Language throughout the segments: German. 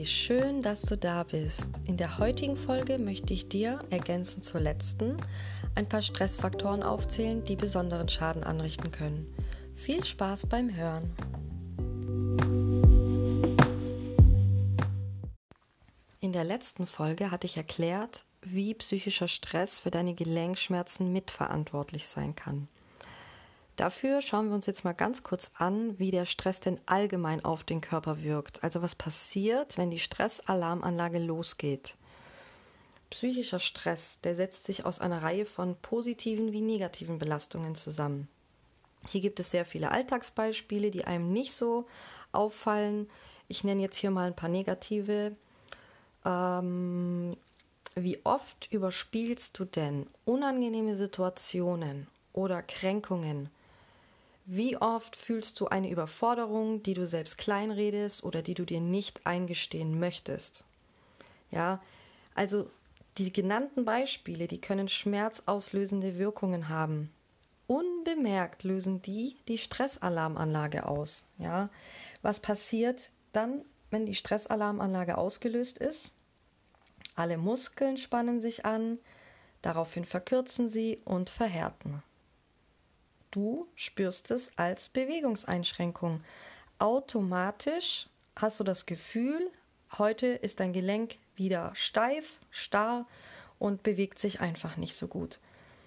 Hi, schön, dass du da bist. In der heutigen Folge möchte ich dir, ergänzend zur letzten, ein paar Stressfaktoren aufzählen, die besonderen Schaden anrichten können. Viel Spaß beim Hören. In der letzten Folge hatte ich erklärt, wie psychischer Stress für deine Gelenkschmerzen mitverantwortlich sein kann. Dafür schauen wir uns jetzt mal ganz kurz an, wie der Stress denn allgemein auf den Körper wirkt. Also was passiert, wenn die Stressalarmanlage losgeht. Psychischer Stress, der setzt sich aus einer Reihe von positiven wie negativen Belastungen zusammen. Hier gibt es sehr viele Alltagsbeispiele, die einem nicht so auffallen. Ich nenne jetzt hier mal ein paar negative. Wie oft überspielst du denn unangenehme Situationen oder Kränkungen? Wie oft fühlst du eine Überforderung, die du selbst kleinredest oder die du dir nicht eingestehen möchtest? Ja, also die genannten Beispiele, die können schmerzauslösende Wirkungen haben. Unbemerkt lösen die Stressalarmanlage aus. Ja, was passiert dann, wenn die Stressalarmanlage ausgelöst ist? Alle Muskeln spannen sich an, daraufhin verkürzen sie und verhärten. Du spürst es als Bewegungseinschränkung. Automatisch hast du das Gefühl, heute ist dein Gelenk wieder steif, starr und bewegt sich einfach nicht so gut.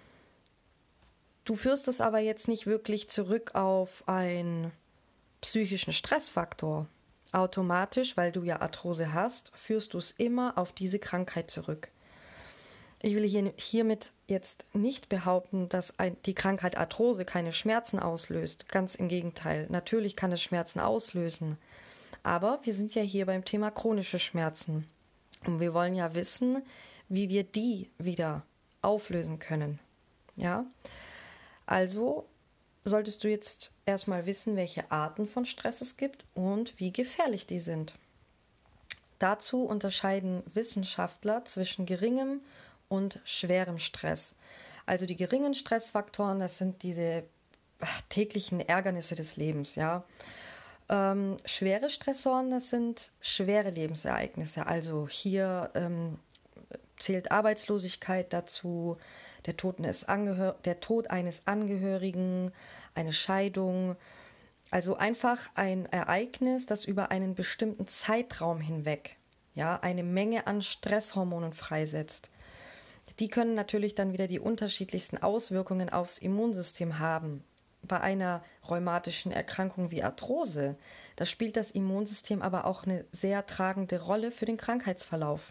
Du führst es aber jetzt nicht wirklich zurück auf einen psychischen Stressfaktor. Automatisch, weil du ja Arthrose hast, führst du es immer auf diese Krankheit zurück. Ich will hiermit jetzt nicht behaupten, dass die Krankheit Arthrose keine Schmerzen auslöst. Ganz im Gegenteil. Natürlich kann es Schmerzen auslösen. Aber wir sind ja hier beim Thema chronische Schmerzen. Und wir wollen ja wissen, wie wir die wieder auflösen können. Ja? Also solltest du jetzt erstmal wissen, welche Arten von Stress es gibt und wie gefährlich die sind. Dazu unterscheiden Wissenschaftler zwischen geringem und schwerem Stress. Also die geringen Stressfaktoren, das sind diese täglichen Ärgernisse des Lebens, ja. Schwere Stressoren, das sind schwere Lebensereignisse. Also hier zählt Arbeitslosigkeit dazu, der Tod eines Angehörigen, eine Scheidung. Also einfach ein Ereignis, das über einen bestimmten Zeitraum hinweg, ja, eine Menge an Stresshormonen freisetzt. Die können natürlich dann wieder die unterschiedlichsten Auswirkungen aufs Immunsystem haben. Bei einer rheumatischen Erkrankung wie Arthrose, da spielt das Immunsystem aber auch eine sehr tragende Rolle für den Krankheitsverlauf.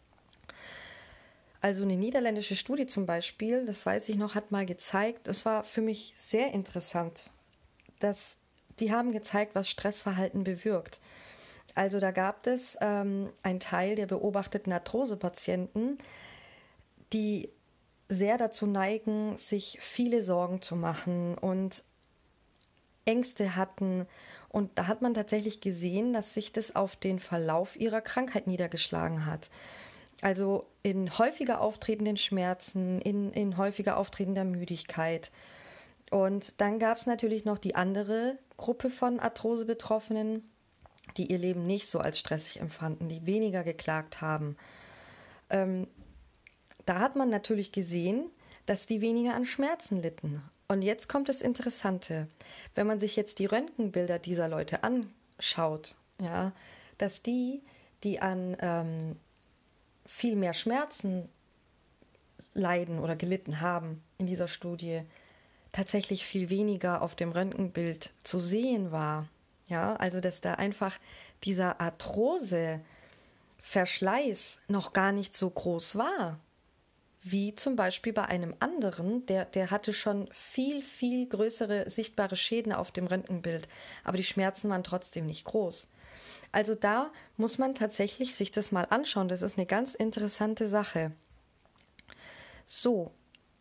Also eine niederländische Studie zum Beispiel, das weiß ich noch, hat mal gezeigt, es war für mich sehr interessant, dass die haben gezeigt, was Stressverhalten bewirkt. Also da gab es einen Teil der beobachteten Arthrose-Patienten, die sehr dazu neigen, sich viele Sorgen zu machen und Ängste hatten. Und da hat man tatsächlich gesehen, dass sich das auf den Verlauf ihrer Krankheit niedergeschlagen hat. Also in häufiger auftretenden Schmerzen, in häufiger auftretender Müdigkeit. Und dann gab es natürlich noch die andere Gruppe von Arthrose-Betroffenen, die ihr Leben nicht so als stressig empfanden, die weniger geklagt haben. Da hat man natürlich gesehen, dass die weniger an Schmerzen litten. Und jetzt kommt das Interessante. Wenn man sich jetzt die Röntgenbilder dieser Leute anschaut, ja, dass die an viel mehr Schmerzen leiden oder gelitten haben in dieser Studie, tatsächlich viel weniger auf dem Röntgenbild zu sehen war. Ja, also dass da einfach dieser Arthrose-Verschleiß noch gar nicht so groß war. Wie zum Beispiel bei einem anderen, der hatte schon viel, viel größere sichtbare Schäden auf dem Röntgenbild, aber die Schmerzen waren trotzdem nicht groß. Also da muss man tatsächlich sich das mal anschauen, das ist eine ganz interessante Sache. So,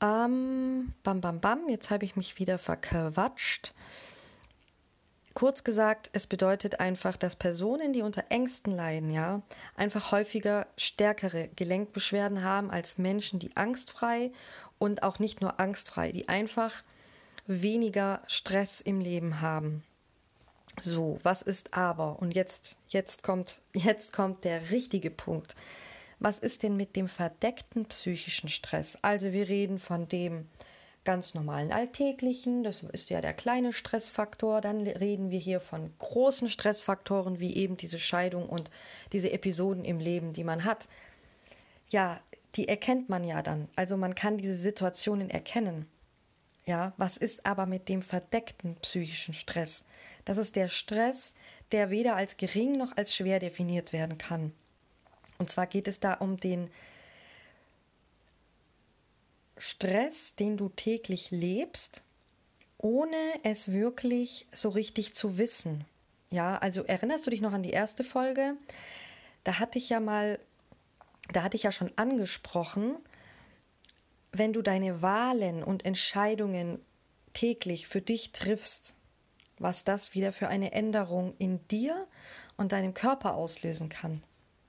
jetzt habe ich mich wieder verquatscht. Kurz gesagt, es bedeutet einfach, dass Personen, die unter Ängsten leiden, ja, einfach häufiger stärkere Gelenkbeschwerden haben als Menschen, die angstfrei und auch nicht nur angstfrei, die einfach weniger Stress im Leben haben. So, was ist aber? Und jetzt kommt der richtige Punkt. Was ist denn mit dem verdeckten psychischen Stress? Also wir reden von dem ganz normalen Alltäglichen, das ist ja der kleine Stressfaktor. Dann reden wir hier von großen Stressfaktoren, wie eben diese Scheidung und diese Episoden im Leben, die man hat. Ja, die erkennt man ja dann. Also man kann diese Situationen erkennen. Ja, was ist aber mit dem verdeckten psychischen Stress? Das ist der Stress, der weder als gering noch als schwer definiert werden kann. Und zwar geht es da um den Stress, den du täglich lebst, ohne es wirklich so richtig zu wissen. Ja, also erinnerst du dich noch an die erste Folge? Da hatte ich ja schon angesprochen, wenn du deine Wahlen und Entscheidungen täglich für dich triffst, was das wieder für eine Änderung in dir und deinem Körper auslösen kann.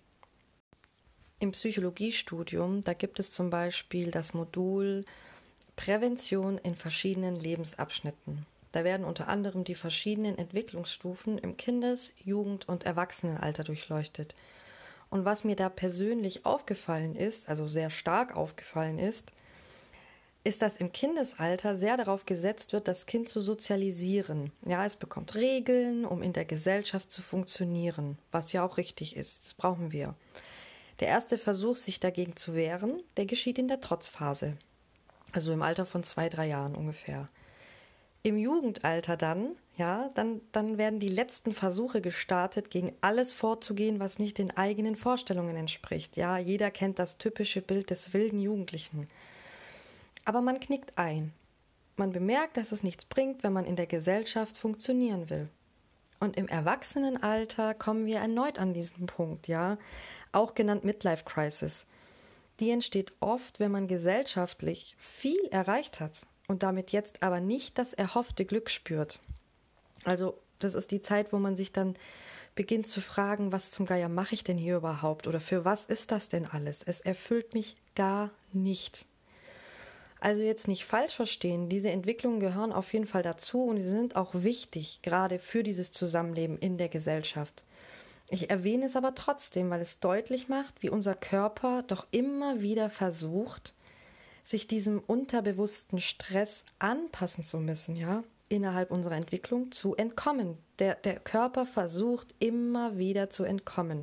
Im Psychologiestudium, da gibt es zum Beispiel das Modul Prävention in verschiedenen Lebensabschnitten. Da werden unter anderem die verschiedenen Entwicklungsstufen im Kindes-, Jugend- und Erwachsenenalter durchleuchtet. Und was mir da persönlich aufgefallen ist, also sehr stark aufgefallen ist, dass im Kindesalter sehr darauf gesetzt wird, das Kind zu sozialisieren. Ja, es bekommt Regeln, um in der Gesellschaft zu funktionieren, was ja auch richtig ist. Das brauchen wir. Der erste Versuch, sich dagegen zu wehren, der geschieht in der Trotzphase. Also im Alter von 2, 3 Jahren ungefähr. Im Jugendalter dann werden die letzten Versuche gestartet, gegen alles vorzugehen, was nicht den eigenen Vorstellungen entspricht. Ja, jeder kennt das typische Bild des wilden Jugendlichen. Aber man knickt ein. Man bemerkt, dass es nichts bringt, wenn man in der Gesellschaft funktionieren will. Und im Erwachsenenalter kommen wir erneut an diesen Punkt, ja, auch genannt Midlife Crisis. Die entsteht oft, wenn man gesellschaftlich viel erreicht hat und damit jetzt aber nicht das erhoffte Glück spürt. Also das ist die Zeit, wo man sich dann beginnt zu fragen, was zum Geier mache ich denn hier überhaupt oder für was ist das denn alles? Es erfüllt mich gar nicht. Also jetzt nicht falsch verstehen, diese Entwicklungen gehören auf jeden Fall dazu und sie sind auch wichtig, gerade für dieses Zusammenleben in der Gesellschaft. Ich erwähne es aber trotzdem, weil es deutlich macht, wie unser Körper doch immer wieder versucht, sich diesem unterbewussten Stress anpassen zu müssen, ja, innerhalb unserer Entwicklung zu entkommen. Der Körper versucht immer wieder zu entkommen.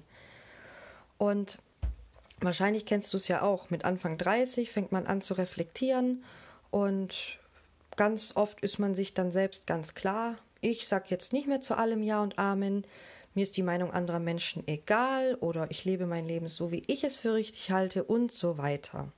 Und wahrscheinlich kennst du es ja auch. Mit Anfang 30 fängt man an zu reflektieren und ganz oft ist man sich dann selbst ganz klar, ich sage jetzt nicht mehr zu allem Ja und Amen, mir ist die Meinung anderer Menschen egal oder ich lebe mein Leben so, wie ich es für richtig halte und so weiter.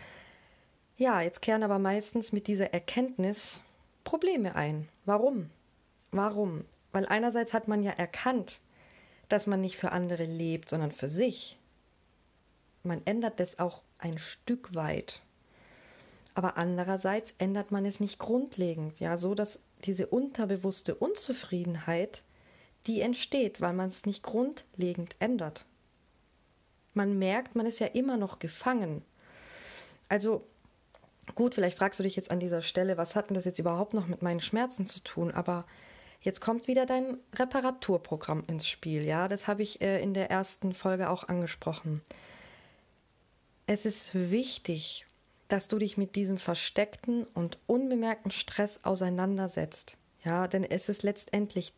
Ja, jetzt kehren aber meistens mit dieser Erkenntnis Probleme ein. Warum? Warum? Weil einerseits hat man ja erkannt, dass man nicht für andere lebt, sondern für sich. Man ändert das auch ein Stück weit. Aber andererseits ändert man es nicht grundlegend, ja, so dass diese unterbewusste Unzufriedenheit, die entsteht, weil man es nicht grundlegend ändert. Man merkt, man ist ja immer noch gefangen. Also gut, vielleicht fragst du dich jetzt an dieser Stelle, was hat denn das jetzt überhaupt noch mit meinen Schmerzen zu tun? Aber jetzt kommt wieder dein Reparaturprogramm ins Spiel, ja, das habe ich in der ersten Folge auch angesprochen. Es ist wichtig, dass du dich mit diesem versteckten und unbemerkten Stress auseinandersetzt. Ja, denn es ist letztendlich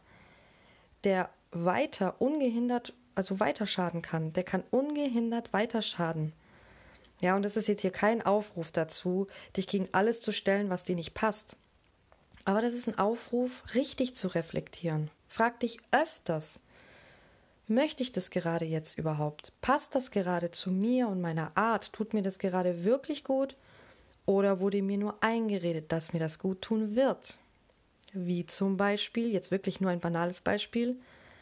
der weiter ungehindert, also weiter schaden kann. Der kann ungehindert weiter schaden. Ja, und das ist jetzt hier kein Aufruf dazu, dich gegen alles zu stellen, was dir nicht passt. Aber das ist ein Aufruf, richtig zu reflektieren. Frag dich öfters, möchte ich das gerade jetzt überhaupt? Passt das gerade zu mir und meiner Art? Tut mir das gerade wirklich gut? Oder wurde mir nur eingeredet, dass mir das gut tun wird? Wie zum Beispiel, jetzt wirklich nur ein banales Beispiel,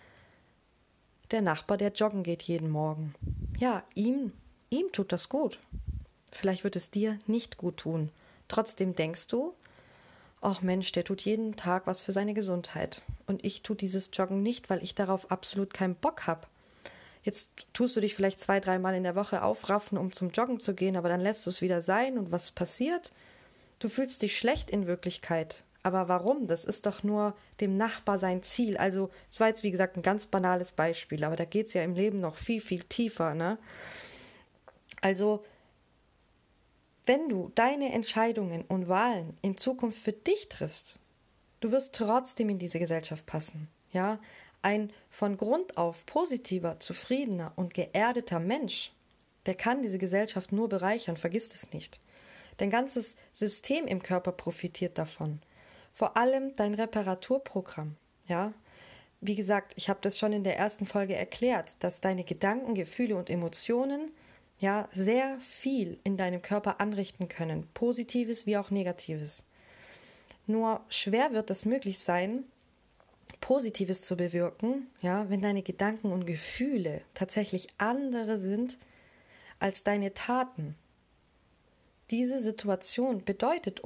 der Nachbar, der joggen geht jeden Morgen. Ja, ihm tut das gut. Vielleicht wird es dir nicht gut tun. Trotzdem denkst du, ach Mensch, der tut jeden Tag was für seine Gesundheit. Und ich tue dieses Joggen nicht, weil ich darauf absolut keinen Bock habe. Jetzt tust du dich vielleicht 2, 3 Mal in der Woche aufraffen, um zum Joggen zu gehen, aber dann lässt du es wieder sein und was passiert? Du fühlst dich schlecht in Wirklichkeit, Aber warum? Das ist doch nur dem Nachbar sein Ziel. Also, es war jetzt, wie gesagt, ein ganz banales Beispiel, aber da geht es ja im Leben noch viel, viel tiefer, ne? Also, wenn du deine Entscheidungen und Wahlen in Zukunft für dich triffst, du wirst trotzdem in diese Gesellschaft passen, ja? Ein von Grund auf positiver, zufriedener und geerdeter Mensch, der kann diese Gesellschaft nur bereichern, vergiss es nicht. Dein ganzes System im Körper profitiert davon. Vor allem dein Reparaturprogramm, ja? Wie gesagt, ich habe das schon in der ersten Folge erklärt, dass deine Gedanken, Gefühle und Emotionen ja sehr viel in deinem Körper anrichten können, Positives wie auch Negatives. Nur schwer wird es möglich sein, Positives zu bewirken, ja, wenn deine Gedanken und Gefühle tatsächlich andere sind als deine Taten. Diese Situation bedeutet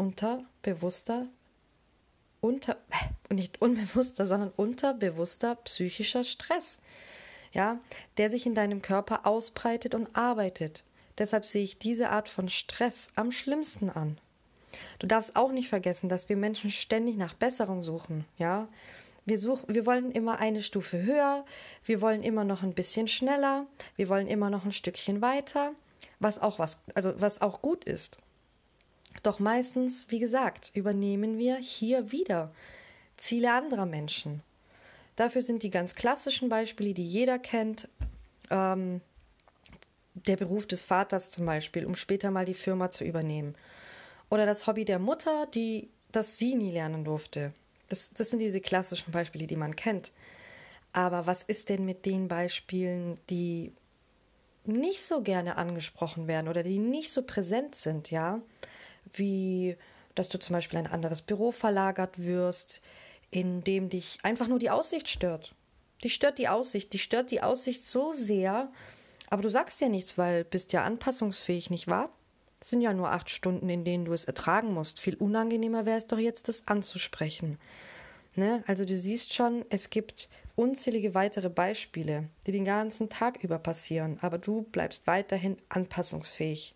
nicht unbewusster, sondern unterbewusster psychischer Stress, ja, der sich in deinem Körper ausbreitet und arbeitet. Deshalb sehe ich diese Art von Stress am schlimmsten an. Du darfst auch nicht vergessen, dass wir Menschen ständig nach Besserung suchen, ja. Wir wollen immer eine Stufe höher, wir wollen immer noch ein bisschen schneller, wir wollen immer noch ein Stückchen weiter, was auch gut ist. Doch meistens, wie gesagt, übernehmen wir hier wieder Ziele anderer Menschen. Dafür sind die ganz klassischen Beispiele, die jeder kennt, der Beruf des Vaters zum Beispiel, um später mal die Firma zu übernehmen. Oder das Hobby der Mutter, das sie nie lernen durfte. Das sind diese klassischen Beispiele, die man kennt. Aber was ist denn mit den Beispielen, die nicht so gerne angesprochen werden oder die nicht so präsent sind, ja? Wie, dass du zum Beispiel in ein anderes Büro verlagert wirst, in dem dich einfach nur die Aussicht stört. Dich stört die Aussicht so sehr, aber du sagst ja nichts, weil bist ja anpassungsfähig, nicht wahr? Es sind ja nur 8 Stunden, in denen du es ertragen musst. Viel unangenehmer wäre es doch jetzt, das anzusprechen. Ne? Also du siehst schon, es gibt unzählige weitere Beispiele, die den ganzen Tag über passieren, aber du bleibst weiterhin anpassungsfähig.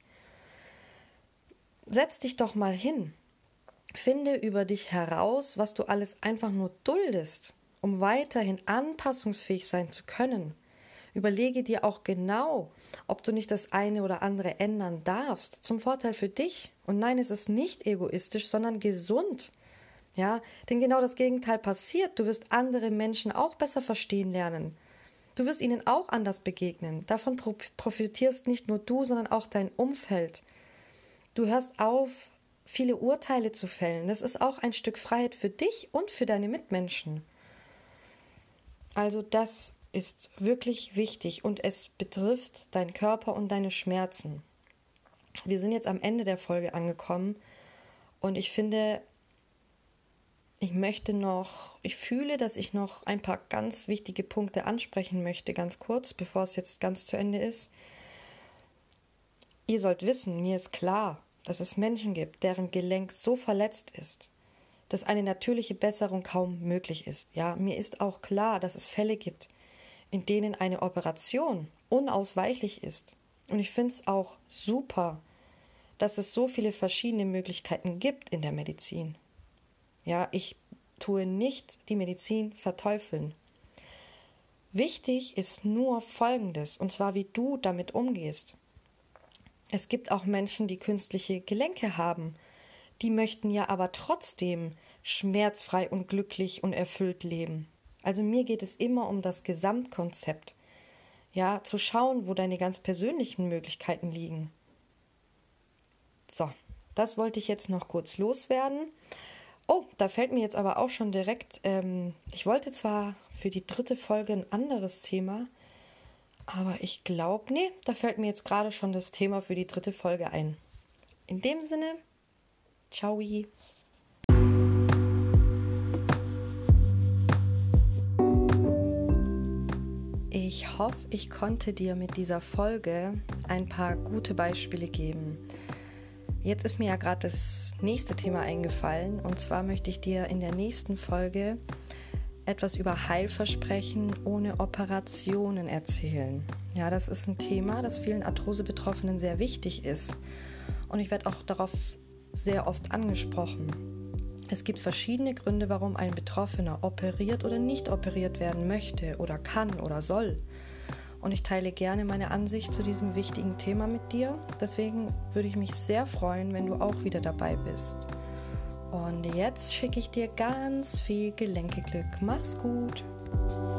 Setz dich doch mal hin. Finde über dich heraus, was du alles einfach nur duldest, um weiterhin anpassungsfähig sein zu können. Überlege dir auch genau, ob du nicht das eine oder andere ändern darfst, zum Vorteil für dich. Und nein, es ist nicht egoistisch, sondern gesund. Ja, denn genau das Gegenteil passiert. Du wirst andere Menschen auch besser verstehen lernen. Du wirst ihnen auch anders begegnen. Davon profitierst nicht nur du, sondern auch dein Umfeld. Du hörst auf, viele Urteile zu fällen. Das ist auch ein Stück Freiheit für dich und für deine Mitmenschen. Also das ist wirklich wichtig und es betrifft deinen Körper und deine Schmerzen. Wir sind jetzt am Ende der Folge angekommen und ich finde, ich fühle, dass ich noch ein paar ganz wichtige Punkte ansprechen möchte, ganz kurz, bevor es jetzt ganz zu Ende ist. Ihr sollt wissen, mir ist klar, dass es Menschen gibt, deren Gelenk so verletzt ist, dass eine natürliche Besserung kaum möglich ist. Ja, mir ist auch klar, dass es Fälle gibt, in denen eine Operation unausweichlich ist. Und ich finde es auch super, dass es so viele verschiedene Möglichkeiten gibt in der Medizin. Ja, ich tue nicht die Medizin verteufeln. Wichtig ist nur Folgendes, und zwar wie du damit umgehst. Es gibt auch Menschen, die künstliche Gelenke haben. Die möchten ja aber trotzdem schmerzfrei und glücklich und erfüllt leben. Also mir geht es immer um das Gesamtkonzept. Ja, zu schauen, wo deine ganz persönlichen Möglichkeiten liegen. So, das wollte ich jetzt noch kurz loswerden. Oh, da fällt mir jetzt aber auch schon direkt, ich wollte zwar für die 3. Folge ein anderes Thema, aber ich glaube, nee, da fällt mir jetzt gerade schon das Thema für die 3. Folge ein. In dem Sinne, ciao. Ich hoffe, ich konnte dir mit dieser Folge ein paar gute Beispiele geben. Jetzt ist mir ja gerade das nächste Thema eingefallen und zwar möchte ich dir in der nächsten Folge etwas über Heilversprechen ohne Operationen erzählen. Ja, das ist ein Thema, das vielen Arthrose-Betroffenen sehr wichtig ist und ich werde auch darauf sehr oft angesprochen. Es gibt verschiedene Gründe, warum ein Betroffener operiert oder nicht operiert werden möchte oder kann oder soll. Und ich teile gerne meine Ansicht zu diesem wichtigen Thema mit dir. Deswegen würde ich mich sehr freuen, wenn du auch wieder dabei bist. Und jetzt schicke ich dir ganz viel Gelenkeglück. Mach's gut!